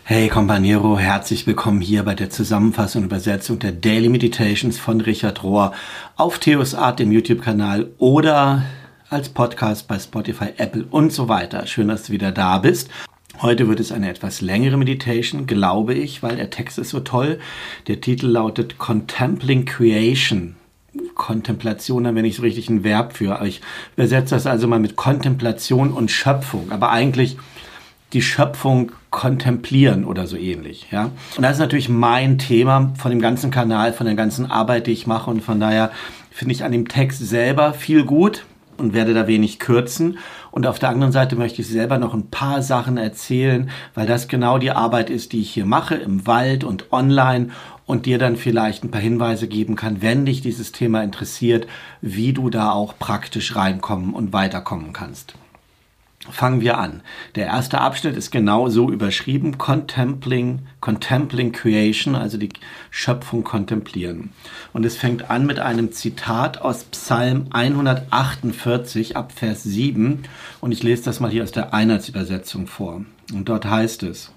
Hey Companiero, herzlich willkommen hier bei der Zusammenfassung und Übersetzung der Daily Meditations von Richard Rohr auf Theos Art, dem YouTube-Kanal oder als Podcast bei Spotify, Apple und so weiter. Schön, dass du wieder da bist. Heute wird es eine etwas längere Meditation, glaube ich, weil der Text ist so toll. Der Titel lautet Contempling Creation. Kontemplation, da wäre nicht so richtig ein Verb für, aber ich übersetze das also mal mit Kontemplation und Schöpfung, aber eigentlich die Schöpfung kontemplieren oder so ähnlich. Ja? Und das ist natürlich mein Thema von dem ganzen Kanal, von der ganzen Arbeit, die ich mache, und von daher finde ich an dem Text selber viel gut und werde da wenig kürzen. Und auf der anderen Seite möchte ich selber noch ein paar Sachen erzählen, weil das genau die Arbeit ist, die ich hier mache, im Wald und online, und dir dann vielleicht ein paar Hinweise geben kann, wenn dich dieses Thema interessiert, wie du da auch praktisch reinkommen und weiterkommen kannst. Fangen wir an. Der erste Abschnitt ist genau so überschrieben, Contempling Creation, also die Schöpfung kontemplieren. Und es fängt an mit einem Zitat aus Psalm 148 ab Vers 7, und ich lese das mal hier aus der Einheitsübersetzung vor. Und dort heißt es: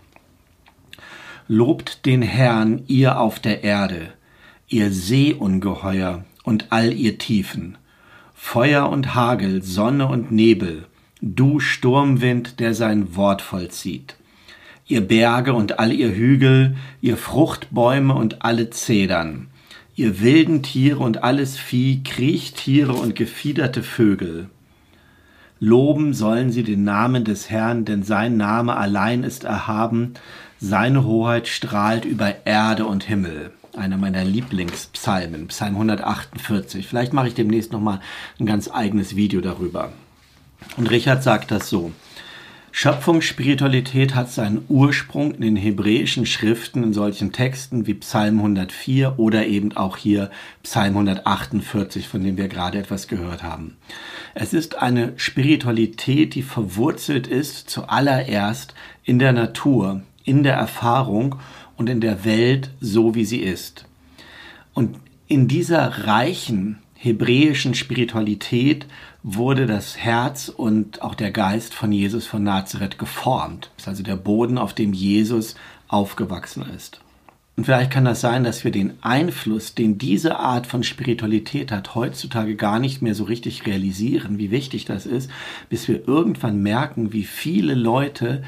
Lobt den Herrn, ihr auf der Erde, ihr Seeungeheuer und all ihr Tiefen, Feuer und Hagel, Sonne und Nebel, du Sturmwind, der sein Wort vollzieht. Ihr Berge und all ihr Hügel, ihr Fruchtbäume und alle Zedern, ihr wilden Tiere und alles Vieh, Kriechtiere und gefiederte Vögel. Loben sollen sie den Namen des Herrn, denn sein Name allein ist erhaben, seine Hoheit strahlt über Erde und Himmel. Einer meiner Lieblingspsalmen, Psalm 148. Vielleicht mache ich demnächst nochmal ein ganz eigenes Video darüber. Und Richard sagt das so: Schöpfungsspiritualität hat seinen Ursprung in den hebräischen Schriften, in solchen Texten wie Psalm 104 oder eben auch hier Psalm 148, von dem wir gerade etwas gehört haben. Es ist eine Spiritualität, die verwurzelt ist zuallererst in der Natur, in der Erfahrung und in der Welt, so wie sie ist. Und in dieser reichen hebräischen Spiritualität wurde das Herz und auch der Geist von Jesus von Nazareth geformt. Das ist also der Boden, auf dem Jesus aufgewachsen ist. Und vielleicht kann das sein, dass wir den Einfluss, den diese Art von Spiritualität hat, heutzutage gar nicht mehr so richtig realisieren, wie wichtig das ist, bis wir irgendwann merken, wie viele Leute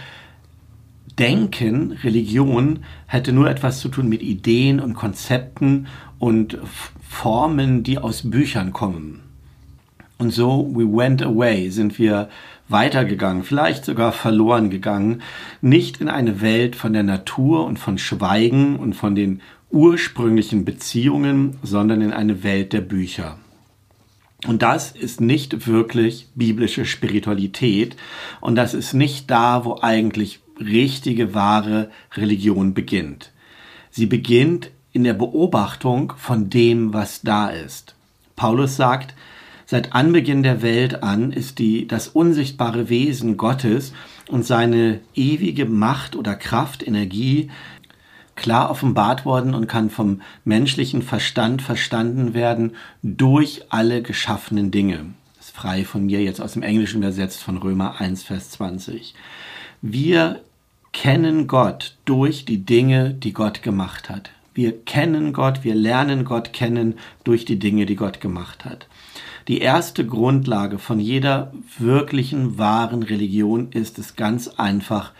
denken, Religion hätte nur etwas zu tun mit Ideen und Konzepten und Formen, die aus Büchern kommen. Und so, we went away, sind wir weitergegangen, vielleicht sogar verloren gegangen, nicht in eine Welt von der Natur und von Schweigen und von den ursprünglichen Beziehungen, sondern in eine Welt der Bücher. Und das ist nicht wirklich biblische Spiritualität, und das ist nicht da, wo eigentlich richtige, wahre Religion beginnt. Sie beginnt in der Beobachtung von dem, was da ist. Paulus sagt, seit Anbeginn der Welt an ist das unsichtbare Wesen Gottes und seine ewige Macht oder Kraft, Energie klar offenbart worden und kann vom menschlichen Verstand verstanden werden durch alle geschaffenen Dinge. Das ist frei von mir, jetzt aus dem Englischen übersetzt von Römer 1, Vers 20. Wir kennen Gott durch die Dinge, die Gott gemacht hat. Wir kennen Gott, wir lernen Gott kennen durch die Dinge, die Gott gemacht hat. Die erste Grundlage von jeder wirklichen, wahren Religion ist es ganz einfach,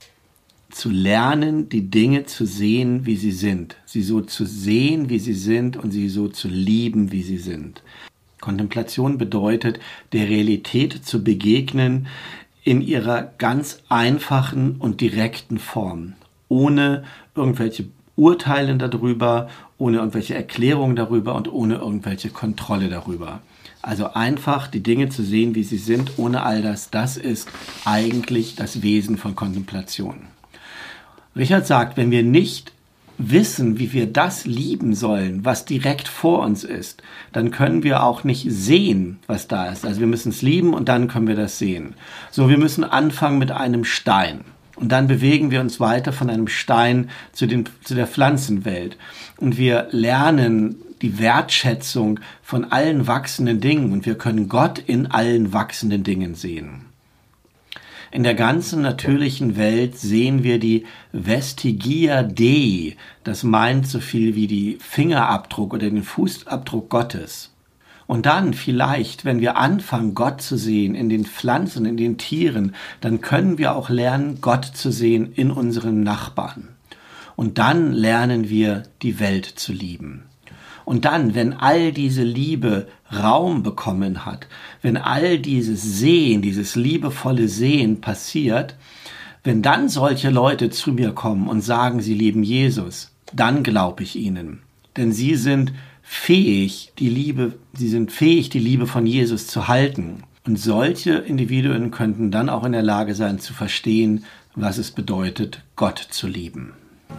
zu lernen, die Dinge zu sehen, wie sie sind. Sie so zu sehen, wie sie sind, und sie so zu lieben, wie sie sind. Kontemplation bedeutet, der Realität zu begegnen in ihrer ganz einfachen und direkten Form, ohne irgendwelche Urteile darüber, ohne irgendwelche Erklärungen darüber und ohne irgendwelche Kontrolle darüber. Also einfach die Dinge zu sehen, wie sie sind, ohne all das. Das ist eigentlich das Wesen von Kontemplation. Richard sagt, wenn wir nicht wissen, wie wir das lieben sollen, was direkt vor uns ist, dann können wir auch nicht sehen, was da ist. Also wir müssen es lieben und dann können wir das sehen. So, wir müssen anfangen mit einem Stein. Und dann bewegen wir uns weiter von einem Stein zu der Pflanzenwelt. Und wir lernen die Wertschätzung von allen wachsenden Dingen. Und wir können Gott in allen wachsenden Dingen sehen. In der ganzen natürlichen Welt sehen wir die Vestigia Dei, das meint so viel wie die Fingerabdruck oder den Fußabdruck Gottes. Und dann vielleicht, wenn wir anfangen, Gott zu sehen in den Pflanzen, in den Tieren, dann können wir auch lernen, Gott zu sehen in unseren Nachbarn. Und dann lernen wir, die Welt zu lieben. Und dann, wenn all diese Liebe Raum bekommen hat, wenn all dieses Sehen, dieses liebevolle Sehen passiert, wenn dann solche Leute zu mir kommen und sagen, sie lieben Jesus, dann glaube ich ihnen. Denn sie sind fähig, die Liebe von Jesus zu halten. Und solche Individuen könnten dann auch in der Lage sein, zu verstehen, was es bedeutet, Gott zu lieben.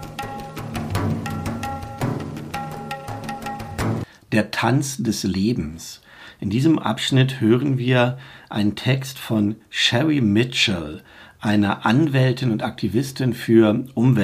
Der Tanz des Lebens. In diesem Abschnitt hören wir einen Text von Sherry Mitchell, einer Anwältin und Aktivistin für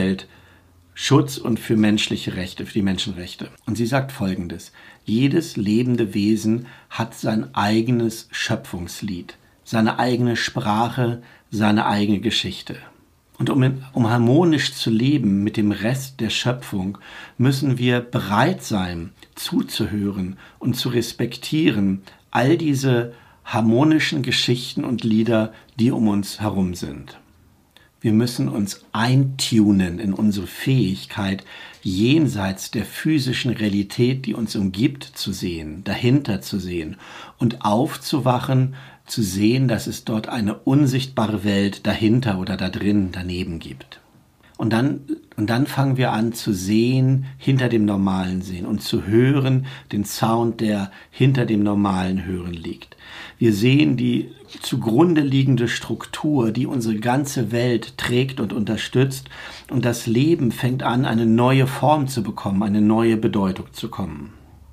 Umweltschutz und für menschliche Rechte, für die Menschenrechte. Und sie sagt Folgendes: Jedes lebende Wesen hat sein eigenes Schöpfungslied, seine eigene Sprache, seine eigene Geschichte. Und um harmonisch zu leben mit dem Rest der Schöpfung, müssen wir bereit sein, zuzuhören und zu respektieren all diese harmonischen Geschichten und Lieder, die um uns herum sind. Wir müssen uns eintunen in unsere Fähigkeit, jenseits der physischen Realität, die uns umgibt, zu sehen, dahinter zu sehen und aufzuwachen, zu sehen, dass es dort eine unsichtbare Welt dahinter oder da drin, daneben gibt. Und dann fangen wir an zu sehen, hinter dem normalen Sehen und zu hören, den Sound, der hinter dem normalen Hören liegt. Wir sehen die zugrunde liegende Struktur, die unsere ganze Welt trägt und unterstützt, und das Leben fängt an, eine neue Form zu bekommen, eine neue Bedeutung zu kommen.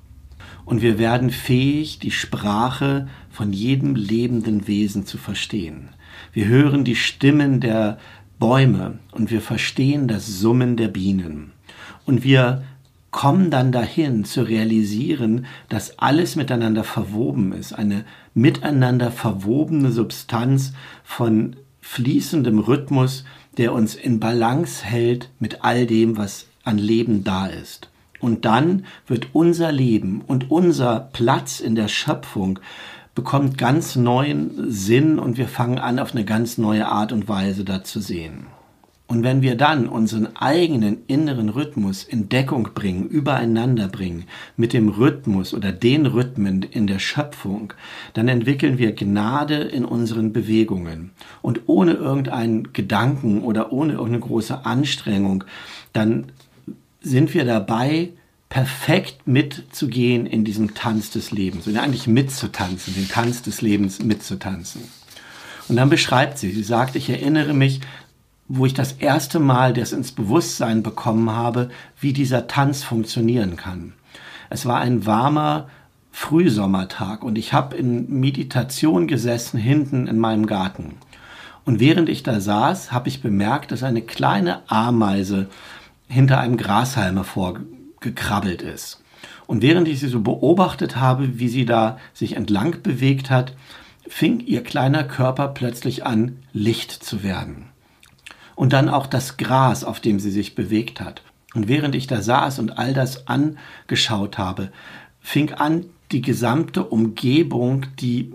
Und wir werden fähig, die Sprache von jedem lebenden Wesen zu verstehen. Wir hören die Stimmen der Bäume und wir verstehen das Summen der Bienen. Und wir kommen dann dahin zu realisieren, dass alles miteinander verwoben ist. Eine miteinander verwobene Substanz von fließendem Rhythmus, der uns in Balance hält mit all dem, was an Leben da ist. Und dann wird unser Leben und unser Platz in der Schöpfung bekommt ganz neuen Sinn und wir fangen an, auf eine ganz neue Art und Weise da zu sehen. Und wenn wir dann unseren eigenen inneren Rhythmus in Deckung bringen, übereinander bringen, mit dem Rhythmus oder den Rhythmen in der Schöpfung, dann entwickeln wir Gnade in unseren Bewegungen. Und ohne irgendeinen Gedanken oder ohne irgendeine große Anstrengung, dann sind wir dabei, perfekt mitzugehen in diesem Tanz des Lebens und eigentlich mitzutanzen, den Tanz des Lebens mitzutanzen. Und dann beschreibt sie sagt, ich erinnere mich, wo ich das erste Mal das ins Bewusstsein bekommen habe, wie dieser Tanz funktionieren kann. Es war ein warmer Frühsommertag und ich habe in Meditation gesessen hinten in meinem Garten. Und während ich da saß, habe ich bemerkt, dass eine kleine Ameise hinter einem Grashalm hervorgekrabbelt ist. Und während ich sie so beobachtet habe, wie sie da sich entlang bewegt hat, fing ihr kleiner Körper plötzlich an, Licht zu werden. Und dann auch das Gras, auf dem sie sich bewegt hat. Und während ich da saß und all das angeschaut habe, fing an, die gesamte Umgebung,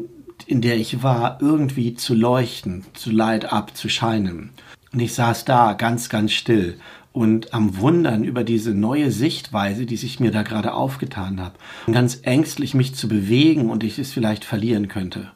in der ich war, irgendwie zu leuchten, zu light up, zu scheinen. Und ich saß da ganz, ganz still und am Wundern über diese neue Sichtweise, die sich mir da gerade aufgetan hat. Und ganz ängstlich, mich zu bewegen und ich es vielleicht verlieren könnte.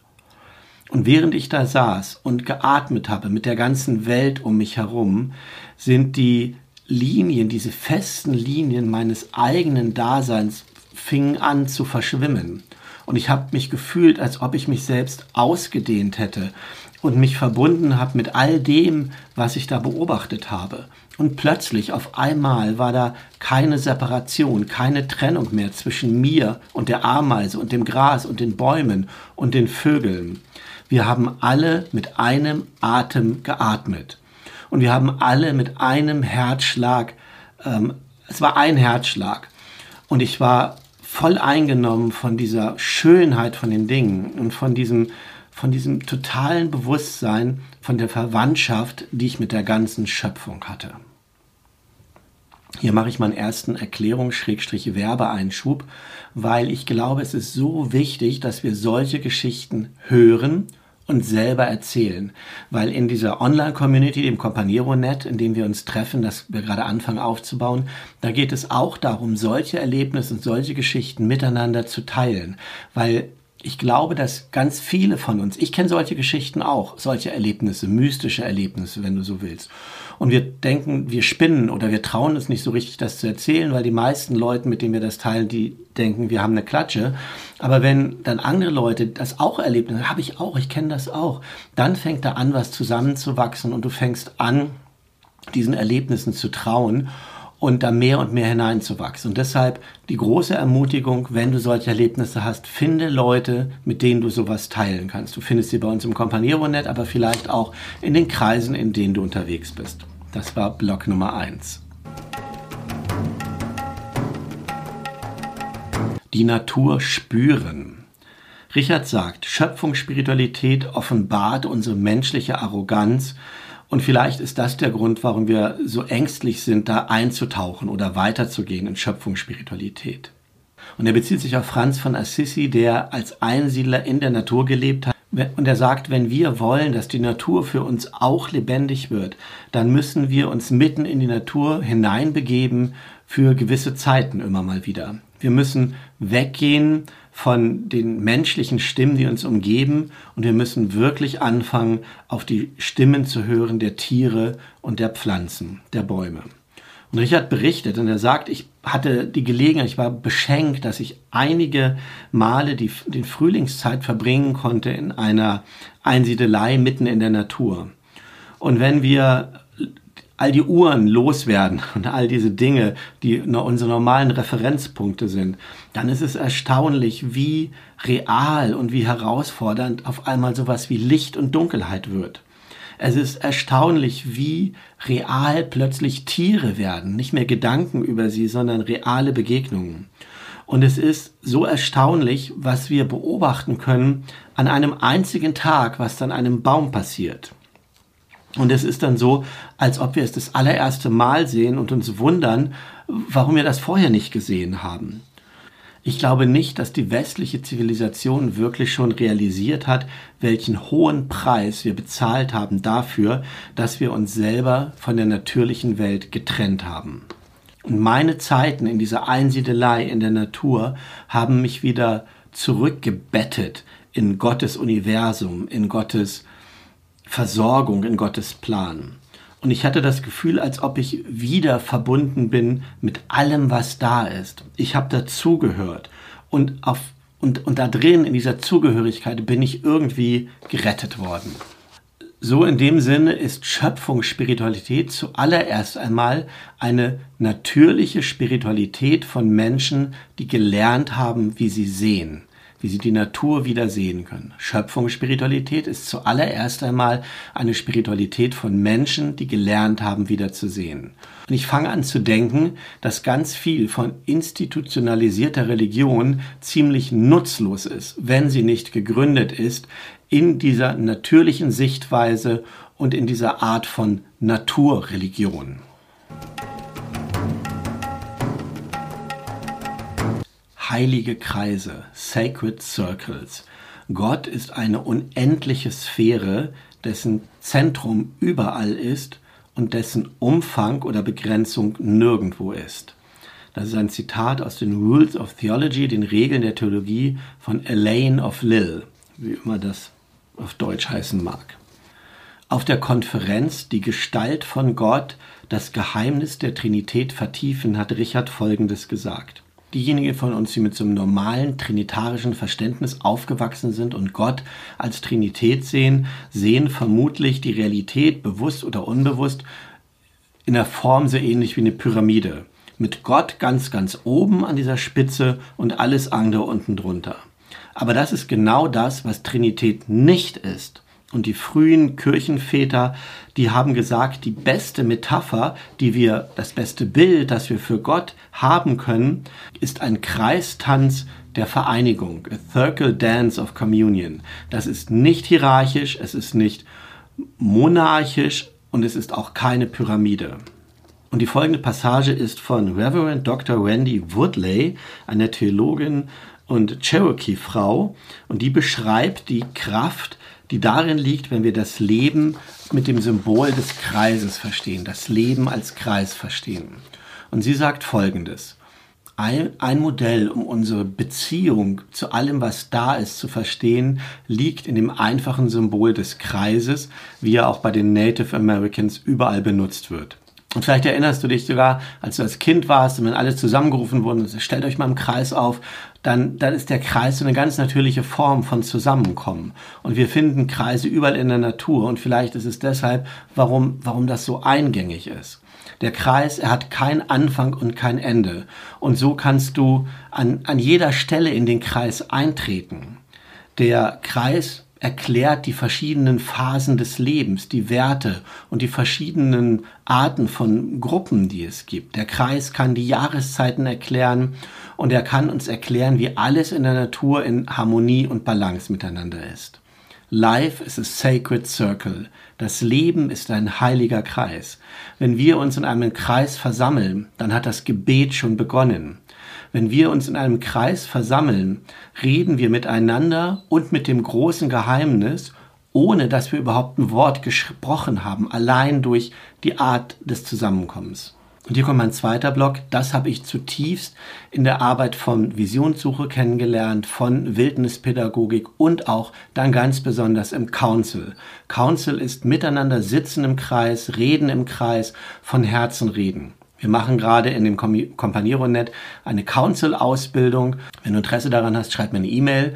Und während ich da saß und geatmet habe mit der ganzen Welt um mich herum, sind die Linien, diese festen Linien meines eigenen Daseins fingen an zu verschwimmen. Und ich habe mich gefühlt, als ob ich mich selbst ausgedehnt hätte und mich verbunden habe mit all dem, was ich da beobachtet habe. Und plötzlich, auf einmal, war da keine Separation, keine Trennung mehr zwischen mir und der Ameise und dem Gras und den Bäumen und den Vögeln. Wir haben alle mit einem Atem geatmet. Und wir haben alle mit einem Herzschlag, es war ein Herzschlag. Und ich war voll eingenommen von dieser Schönheit von den Dingen und von diesem von diesem totalen Bewusstsein, von der Verwandtschaft, die ich mit der ganzen Schöpfung hatte. Hier mache ich meinen ersten Erklärungs-Werbeeinschub, weil ich glaube, es ist so wichtig, dass wir solche Geschichten hören und selber erzählen. Weil in dieser Online-Community, dem Companiero-Net, in dem wir uns treffen, das wir gerade anfangen aufzubauen, da geht es auch darum, solche Erlebnisse und solche Geschichten miteinander zu teilen. Weil ich glaube, dass ganz viele von uns, ich kenne solche Geschichten auch, solche Erlebnisse, mystische Erlebnisse, wenn du so willst. Und wir denken, wir spinnen oder wir trauen uns nicht so richtig, das zu erzählen, weil die meisten Leute, mit denen wir das teilen, die denken, wir haben eine Klatsche. Aber wenn dann andere Leute das auch erleben, dann habe ich auch, ich kenne das auch, dann fängt da an, was zusammenzuwachsen und du fängst an, diesen Erlebnissen zu trauen und da mehr und mehr hineinzuwachsen. Und deshalb die große Ermutigung, wenn du solche Erlebnisse hast, finde Leute, mit denen du sowas teilen kannst. Du findest sie bei uns im Companiero-Net, aber vielleicht auch in den Kreisen, in denen du unterwegs bist. Das war Block Nummer 1. Die Natur spüren. Richard sagt, Schöpfungsspiritualität offenbart unsere menschliche Arroganz. Und vielleicht ist das der Grund, warum wir so ängstlich sind, da einzutauchen oder weiterzugehen in Schöpfungsspiritualität. Und er bezieht sich auf Franz von Assisi, der als Einsiedler in der Natur gelebt hat. Und er sagt, wenn wir wollen, dass die Natur für uns auch lebendig wird, dann müssen wir uns mitten in die Natur hineinbegeben für gewisse Zeiten immer mal wieder. Wir müssen weggehen von den menschlichen Stimmen, die uns umgeben, und wir müssen wirklich anfangen, auf die Stimmen zu hören der Tiere und der Pflanzen, der Bäume. Und Richard berichtet, und er sagt, ich hatte die Gelegenheit, ich war beschenkt, dass ich einige Male die Frühlingszeit verbringen konnte in einer Einsiedelei mitten in der Natur. Und wenn wir all die Uhren loswerden und all diese Dinge, die unsere normalen Referenzpunkte sind, dann ist es erstaunlich, wie real und wie herausfordernd auf einmal sowas wie Licht und Dunkelheit wird. Es ist erstaunlich, wie real plötzlich Tiere werden, nicht mehr Gedanken über sie, sondern reale Begegnungen. Und es ist so erstaunlich, was wir beobachten können an einem einzigen Tag, was an einem Baum passiert. Und es ist dann so, als ob wir es das allererste Mal sehen und uns wundern, warum wir das vorher nicht gesehen haben. Ich glaube nicht, dass die westliche Zivilisation wirklich schon realisiert hat, welchen hohen Preis wir bezahlt haben dafür, dass wir uns selber von der natürlichen Welt getrennt haben. Und meine Zeiten in dieser Einsiedelei in der Natur haben mich wieder zurückgebettet in Gottes Universum, in Gottes Versorgung, in Gottes Plan. Und ich hatte das Gefühl, als ob ich wieder verbunden bin mit allem, was da ist. Ich habe dazugehört. Und da drin, in dieser Zugehörigkeit, bin ich irgendwie gerettet worden. So in dem Sinne ist Schöpfungsspiritualität zuallererst einmal eine natürliche Spiritualität von Menschen, die gelernt haben, wie sie sehen, wie sie die Natur wieder sehen können. Schöpfungsspiritualität ist zuallererst einmal eine Spiritualität von Menschen, die gelernt haben, wieder zu sehen. Und ich fange an zu denken, dass ganz viel von institutionalisierter Religion ziemlich nutzlos ist, wenn sie nicht gegründet ist in dieser natürlichen Sichtweise und in dieser Art von Naturreligion. Heilige Kreise, Sacred Circles. Gott ist eine unendliche Sphäre, dessen Zentrum überall ist und dessen Umfang oder Begrenzung nirgendwo ist. Das ist ein Zitat aus den Rules of Theology, den Regeln der Theologie von Elaine of Lille, wie immer das auf Deutsch heißen mag. Auf der Konferenz Die Gestalt von Gott, das Geheimnis der Trinität vertiefen, hat Richard Folgendes gesagt. Diejenigen von uns, die mit so einem normalen trinitarischen Verständnis aufgewachsen sind und Gott als Trinität sehen, sehen vermutlich die Realität, bewusst oder unbewusst, in der Form so ähnlich wie eine Pyramide. Mit Gott ganz, ganz oben an dieser Spitze und alles andere unten drunter. Aber das ist genau das, was Trinität nicht ist. Und die frühen Kirchenväter, die haben gesagt, die beste Metapher, das beste Bild, das wir für Gott haben können, ist ein Kreistanz der Vereinigung, a circle dance of communion. Das ist nicht hierarchisch, es ist nicht monarchisch und es ist auch keine Pyramide. Und die folgende Passage ist von Reverend Dr. Wendy Woodley, einer Theologin und Cherokee-Frau, und die beschreibt die Kraft, die darin liegt, wenn wir das Leben mit dem Symbol des Kreises verstehen, das Leben als Kreis verstehen. Und sie sagt Folgendes: Ein Modell, um unsere Beziehung zu allem, was da ist, zu verstehen, liegt in dem einfachen Symbol des Kreises, wie er auch bei den Native Americans überall benutzt wird. Und vielleicht erinnerst du dich sogar, als du als Kind warst und wenn alle zusammengerufen wurden, stellt euch mal im Kreis auf, dann ist der Kreis so eine ganz natürliche Form von Zusammenkommen. Und wir finden Kreise überall in der Natur und vielleicht ist es deshalb, warum das so eingängig ist. Der Kreis, er hat keinen Anfang und kein Ende. Und so kannst du an jeder Stelle in den Kreis eintreten. Der Kreis erklärt die verschiedenen Phasen des Lebens, die Werte und die verschiedenen Arten von Gruppen, die es gibt. Der Kreis kann die Jahreszeiten erklären und er kann uns erklären, wie alles in der Natur in Harmonie und Balance miteinander ist. Life is a sacred circle. Das Leben ist ein heiliger Kreis. Wenn wir uns in einem Kreis versammeln, dann hat das Gebet schon begonnen. Wenn wir uns in einem Kreis versammeln, reden wir miteinander und mit dem großen Geheimnis, ohne dass wir überhaupt ein Wort gesprochen haben, allein durch die Art des Zusammenkommens. Und hier kommt mein zweiter Block. Das habe ich zutiefst in der Arbeit von Visionssuche kennengelernt, von Wildnispädagogik und auch dann ganz besonders im Council. Council ist miteinander sitzen im Kreis, reden im Kreis, von Herzen reden. Wir machen gerade in dem Companiero-Net eine Council-Ausbildung. Wenn du Interesse daran hast, schreib mir eine E-Mail,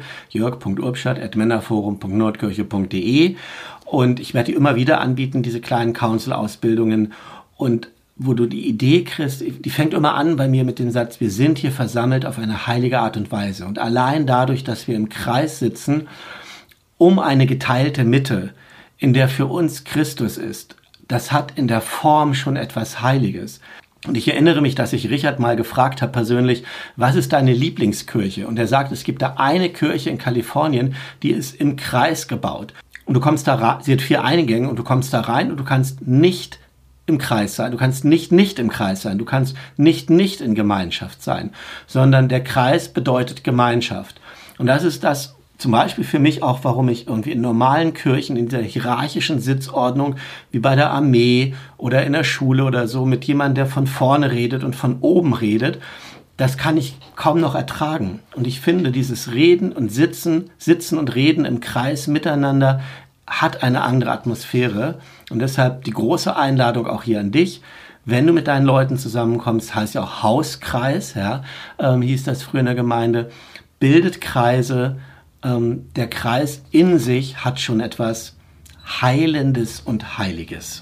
jörg.urbstadt@männerforum.nordkirche.de, und ich werde die immer wieder anbieten, diese kleinen Council-Ausbildungen, und wo du die Idee kriegst, die fängt immer an bei mir mit dem Satz: Wir sind hier versammelt auf eine heilige Art und Weise. Und allein dadurch, dass wir im Kreis sitzen, um eine geteilte Mitte, in der für uns Christus ist, das hat in der Form schon etwas Heiliges. Und ich erinnere mich, dass ich Richard mal gefragt habe persönlich, was ist deine Lieblingskirche? Und er sagt, es gibt da eine Kirche in Kalifornien, die ist im Kreis gebaut. Und du kommst da rein, sie hat 4 Eingänge, und du kommst da rein und du kannst nicht im Kreis sein, du kannst nicht im Kreis sein, du kannst nicht in Gemeinschaft sein, sondern der Kreis bedeutet Gemeinschaft. Und das ist das zum Beispiel für mich auch, warum ich irgendwie in normalen Kirchen, in dieser hierarchischen Sitzordnung, wie bei der Armee oder in der Schule oder so, mit jemandem, der von vorne redet und von oben redet, das kann ich kaum noch ertragen. Und ich finde, dieses Reden und Sitzen und Reden im Kreis miteinander hat eine andere Atmosphäre. Und deshalb die große Einladung auch hier an dich: Wenn du mit deinen Leuten zusammenkommst, heißt ja auch Hauskreis, ja, hieß das früher in der Gemeinde, bildet Kreise. Der Kreis in sich hat schon etwas Heilendes und Heiliges.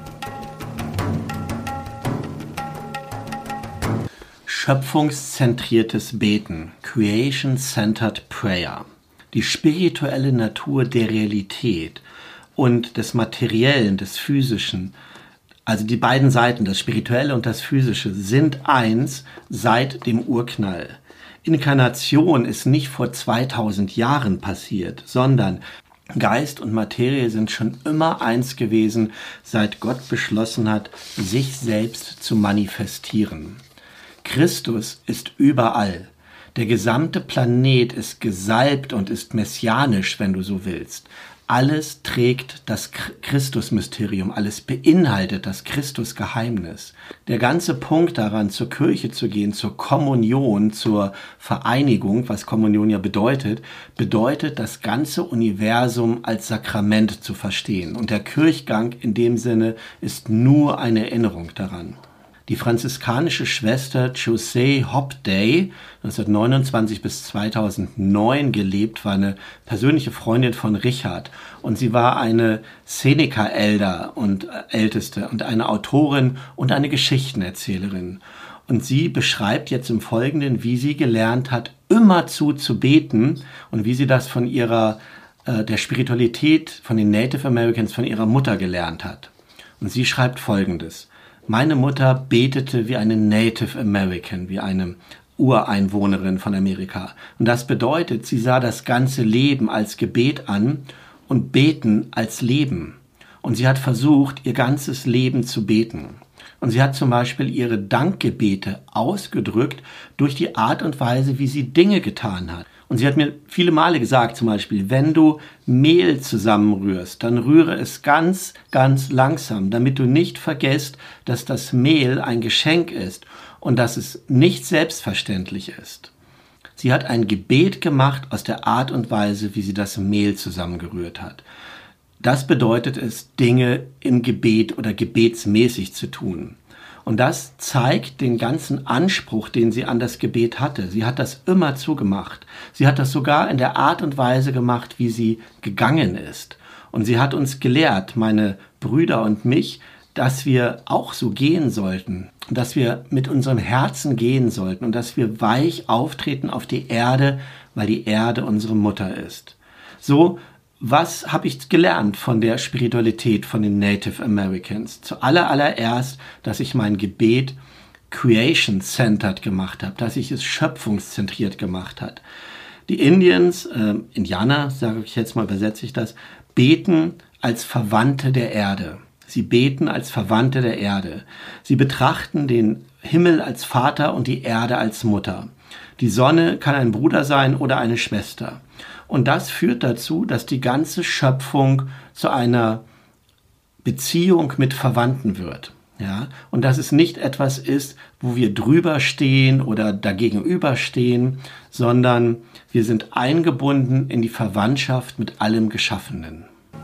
Schöpfungszentriertes Beten, Creation-Centered Prayer. Die spirituelle Natur der Realität und des Materiellen, des Physischen, also die beiden Seiten, das Spirituelle und das Physische, sind eins seit dem Urknall. Inkarnation ist nicht vor 2000 Jahren passiert, sondern Geist und Materie sind schon immer eins gewesen, seit Gott beschlossen hat, sich selbst zu manifestieren. Christus ist überall. Der gesamte Planet ist gesalbt und ist messianisch, wenn du so willst. Alles trägt das Christus-Mysterium, alles beinhaltet das Christus-Geheimnis. Der ganze Punkt daran, zur Kirche zu gehen, zur Kommunion, zur Vereinigung, was Kommunion ja bedeutet, das ganze Universum als Sakrament zu verstehen. Und der Kirchgang in dem Sinne ist nur eine Erinnerung daran. Die franziskanische Schwester José Hopday, 1929 bis 2009 gelebt, war eine persönliche Freundin von Richard. Und sie war eine Seneca-Elder und Älteste und eine Autorin und eine Geschichtenerzählerin. Und sie beschreibt jetzt im Folgenden, wie sie gelernt hat, immerzu zu beten und wie sie das von der Spiritualität von den Native Americans, von ihrer Mutter gelernt hat. Und sie schreibt Folgendes: Meine Mutter betete wie eine Native American, wie eine Ureinwohnerin von Amerika. Und das bedeutet, sie sah das ganze Leben als Gebet an und Beten als Leben. Und sie hat versucht, ihr ganzes Leben zu beten. Und sie hat zum Beispiel ihre Dankgebete ausgedrückt durch die Art und Weise, wie sie Dinge getan hat. Und sie hat mir viele Male gesagt, zum Beispiel, wenn du Mehl zusammenrührst, dann rühre es ganz, ganz langsam, damit du nicht vergisst, dass das Mehl ein Geschenk ist und dass es nicht selbstverständlich ist. Sie hat ein Gebet gemacht aus der Art und Weise, wie sie das Mehl zusammengerührt hat. Das bedeutet es, Dinge im Gebet oder gebetsmäßig zu tun. Und das zeigt den ganzen Anspruch, den sie an das Gebet hatte. Sie hat das immer zugemacht. Sie hat das sogar in der Art und Weise gemacht, wie sie gegangen ist. Und sie hat uns gelehrt, meine Brüder und mich, dass wir auch so gehen sollten, dass wir mit unserem Herzen gehen sollten und dass wir weich auftreten auf die Erde, weil die Erde unsere Mutter ist. So, was habe ich gelernt von der Spiritualität von den Native Americans? Zuallererst, dass ich mein Gebet creation-centered gemacht habe, dass ich es schöpfungszentriert gemacht habe. Die Indianer, sage ich jetzt mal, übersetze ich das, beten als Verwandte der Erde. Sie beten als Verwandte der Erde. Sie betrachten den Himmel als Vater und die Erde als Mutter. Die Sonne kann ein Bruder sein oder eine Schwester. Und das führt dazu, dass die ganze Schöpfung zu einer Beziehung mit Verwandten wird. Ja? Und dass es nicht etwas ist, wo wir drüber stehen oder dagegenüber stehen, sondern wir sind eingebunden in die Verwandtschaft mit allem Geschaffenen.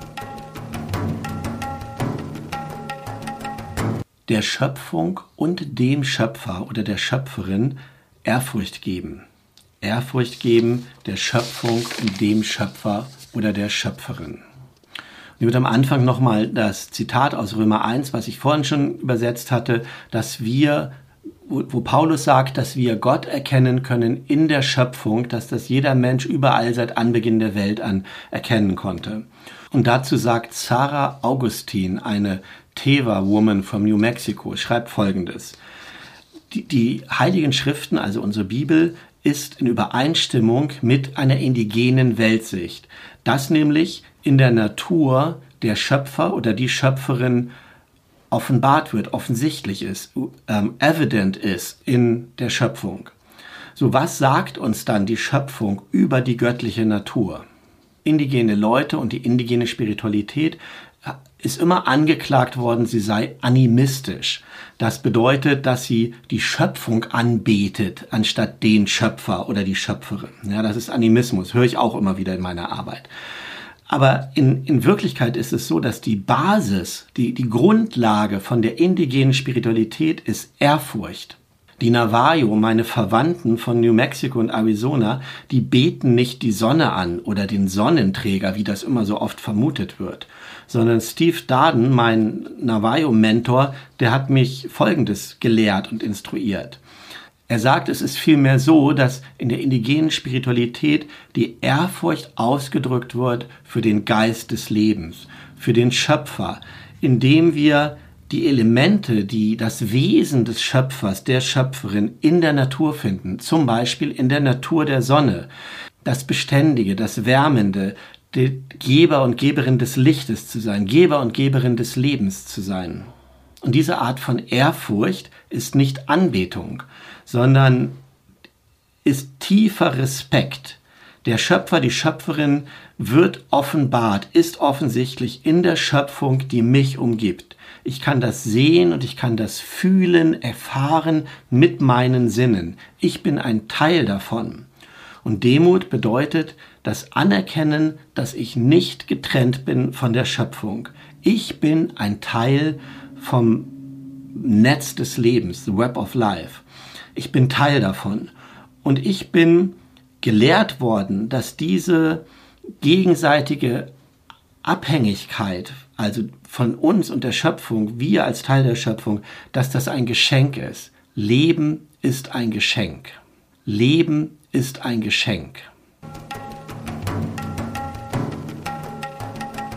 Der Schöpfung und dem Schöpfer oder der Schöpferin Ehrfurcht geben. Ehrfurcht geben der Schöpfung und dem Schöpfer oder der Schöpferin. Und ich würde am Anfang nochmal das Zitat aus Römer 1, was ich vorhin schon übersetzt hatte, dass wir, wo Paulus sagt, dass wir Gott erkennen können in der Schöpfung, dass das jeder Mensch überall seit Anbeginn der Welt an erkennen konnte. Und dazu sagt Sarah Augustin, eine Teva-Woman from New Mexico, schreibt Folgendes. Die Heiligen Schriften, also unsere Bibel, ist in Übereinstimmung mit einer indigenen Weltsicht, dass nämlich in der Natur der Schöpfer oder die Schöpferin offenbart wird, offensichtlich ist, evident ist in der Schöpfung. So, was sagt uns dann die Schöpfung über die göttliche Natur? Indigene Leute und die indigene Spiritualität ist immer angeklagt worden, sie sei animistisch. Das bedeutet, dass sie die Schöpfung anbetet, anstatt den Schöpfer oder die Schöpferin. Ja, das ist Animismus, höre ich auch immer wieder in meiner Arbeit. Aber in Wirklichkeit ist es so, dass die Basis, die Grundlage von der indigenen Spiritualität ist Ehrfurcht. Die Navajo, meine Verwandten von New Mexico und Arizona, die beten nicht die Sonne an oder den Sonnenträger, wie das immer so oft vermutet wird, sondern Steve Darden, mein Navajo-Mentor, der hat mich Folgendes gelehrt und instruiert. Er sagt, es ist vielmehr so, dass in der indigenen Spiritualität die Ehrfurcht ausgedrückt wird für den Geist des Lebens, für den Schöpfer, indem wir die Elemente, die das Wesen des Schöpfers, der Schöpferin in der Natur finden, zum Beispiel in der Natur der Sonne, das Beständige, das Wärmende, die Geber und Geberin des Lichtes zu sein, Geber und Geberin des Lebens zu sein. Und diese Art von Ehrfurcht ist nicht Anbetung, sondern ist tiefer Respekt. Der Schöpfer, die Schöpferin wird offenbart, ist offensichtlich in der Schöpfung, die mich umgibt. Ich kann das sehen und ich kann das fühlen, erfahren mit meinen Sinnen. Ich bin ein Teil davon. Und Demut bedeutet das Anerkennen, dass ich nicht getrennt bin von der Schöpfung. Ich bin ein Teil vom Netz des Lebens, the Web of Life. Ich bin Teil davon. Und ich bin gelehrt worden, dass diese gegenseitige Abhängigkeit, also von uns und der Schöpfung, wir als Teil der Schöpfung, dass das ein Geschenk ist. Leben ist ein Geschenk. Leben ist ein Geschenk.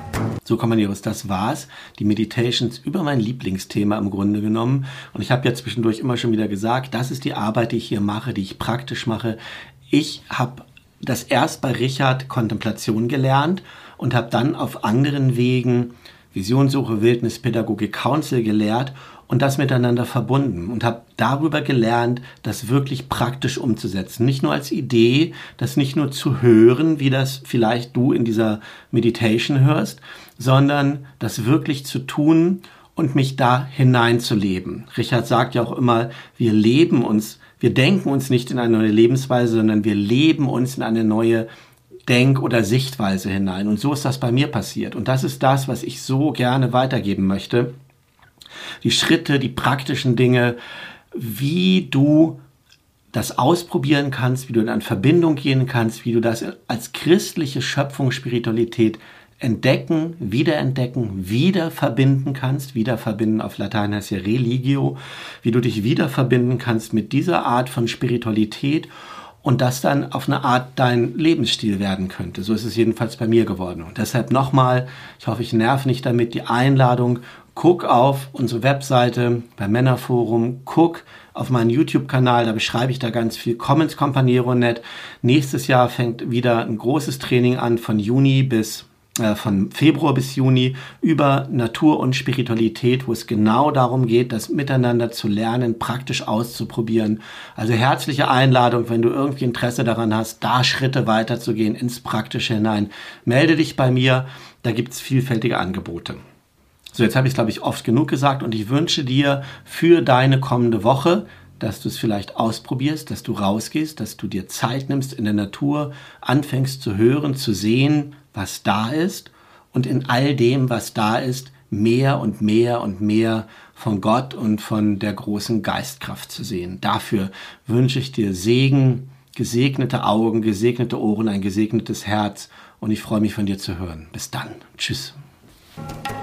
So Kompanieros, das war's. Die Meditations über mein Lieblingsthema im Grunde genommen. Und ich habe ja zwischendurch immer schon wieder gesagt, das ist die Arbeit, die ich hier mache, die ich praktisch mache. Ich habe das erst bei Richard Kontemplation gelernt und habe dann auf anderen Wegen Visionssuche, Wildnis, Pädagogik, Counsel gelehrt und das miteinander verbunden und habe darüber gelernt, das wirklich praktisch umzusetzen. Nicht nur als Idee, das nicht nur zu hören, wie das vielleicht du in dieser Meditation hörst, sondern das wirklich zu tun und mich da hineinzuleben. Richard sagt ja auch immer, wir denken uns nicht in eine neue Lebensweise, sondern wir leben uns in eine neue Denk- oder Sichtweise hinein. Und so ist das bei mir passiert. Und das ist das, was ich so gerne weitergeben möchte. Die Schritte, die praktischen Dinge, wie du das ausprobieren kannst, wie du in Verbindung gehen kannst, wie du das als christliche Schöpfung, Spiritualität entdecken, wiederentdecken, wieder verbinden kannst. Wieder verbinden auf Latein heißt ja Religio. Wie du dich wieder verbinden kannst mit dieser Art von Spiritualität und das dann auf eine Art dein Lebensstil werden könnte. So ist es jedenfalls bei mir geworden. Und deshalb nochmal, ich hoffe, ich nerv nicht damit, die Einladung, guck auf unsere Webseite beim Männerforum, guck auf meinen YouTube-Kanal, da beschreibe ich da ganz viel. Komm ins Companiero.net. Nächstes Jahr fängt wieder ein großes Training an von Februar bis Juni über Natur und Spiritualität, wo es genau darum geht, das miteinander zu lernen, praktisch auszuprobieren. Also herzliche Einladung, wenn du irgendwie Interesse daran hast, da Schritte weiterzugehen, ins Praktische hinein. Melde dich bei mir, da gibt es vielfältige Angebote. So, jetzt habe ich es, glaube ich, oft genug gesagt und ich wünsche dir für deine kommende Woche, dass du es vielleicht ausprobierst, dass du rausgehst, dass du dir Zeit nimmst in der Natur, anfängst zu hören, zu sehen, was da ist und in all dem, was da ist, mehr und mehr und mehr von Gott und von der großen Geistkraft zu sehen. Dafür wünsche ich dir Segen, gesegnete Augen, gesegnete Ohren, ein gesegnetes Herz und ich freue mich von dir zu hören. Bis dann. Tschüss.